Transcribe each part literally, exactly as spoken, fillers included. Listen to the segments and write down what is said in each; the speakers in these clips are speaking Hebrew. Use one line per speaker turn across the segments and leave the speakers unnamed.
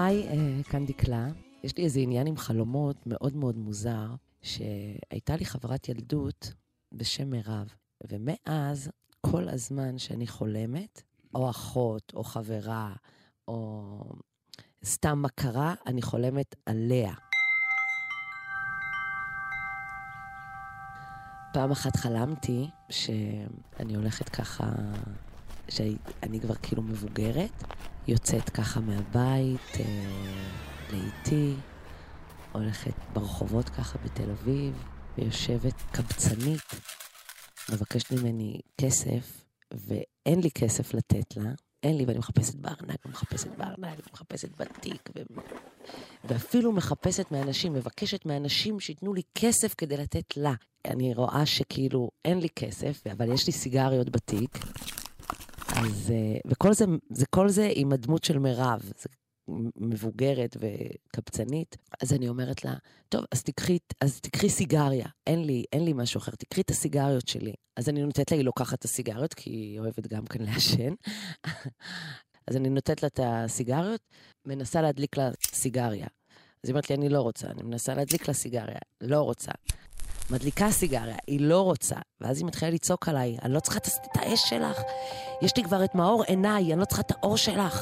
היי, כאן דקלה. יש לי איזה עניין עם חלומות מאוד מאוד מוזר, שהייתה לי חברת ילדות בשם מירב, ומאז כל הזמן שאני חולמת, או אחות, או חברה, או סתם מכרה, אני חולמת עליה. פעם אחת חלמתי שאני הולכת ככה, שאני כבר כאילו מבוגרת, יוצאת ככה מהבית, אה, לאיתי, הולכת ברחובות ככה בתל אביב, ויושבת קבצנית, מבקשת ממני כסף, ואין לי כסף לתת לה, אין לי, ואני מחפשת בארנק, ומחפשת בארנק, ומחפשת בתיק, ו... ואפילו מחפשת מאנשים, מבקשת מאנשים שיתנו לי כסף כדי לתת לה. אני רואה שכאילו אין לי כסף, אבל יש לי סיגריות בתיק, אז, וכל זה, זה כל זה עם הדמות של מירב, זה מבוגרת וקבצנית, אז אני אומרת לה, טוב, אז תקחי, אז תקחי סיגריה, אין לי, אין לי משהו אחר, תקחי את הסיגריות שלי. אז אני נותנת לה, היא לוקחת את הסיגריות, כי היא אוהבת גם כאן לעשן. אז אני נותנת לה את הסיגריות, מנסה להדליק לה סיגריה. אז היא אומרת לי, אני לא רוצה, אני מנסה להדליק לה סיגריה, לא רוצה. מדליקה סיגריה, היא לא רוצה, ואז היא מתחילה לצעוק עליי, אני לא צריכה את האש שלך, יש לי כבר את מאור עיניי, אני לא צריכה את האור שלך.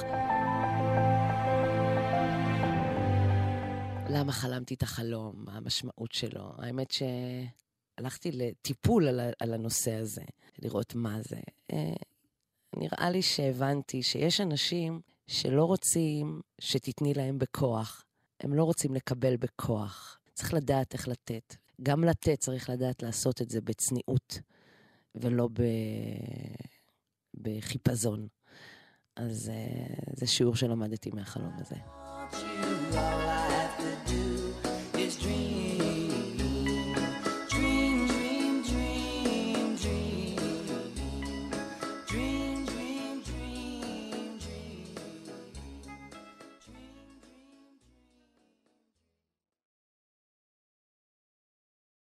למה חלמתי את החלום, מה המשמעות שלו? האמת שהלכתי לטיפול על, על הנושא הזה, לראות מה זה. נראה לי שהבנתי שיש אנשים שלא רוצים שתתני להם בכוח, הם לא רוצים לקבל בכוח, צריך לדעת איך לתת. גם לתת צריך לדעת לעשות את זה בצניעות, ולא ב... בחיפזון. אז זה שיעור שלמדתי מהחלום הזה.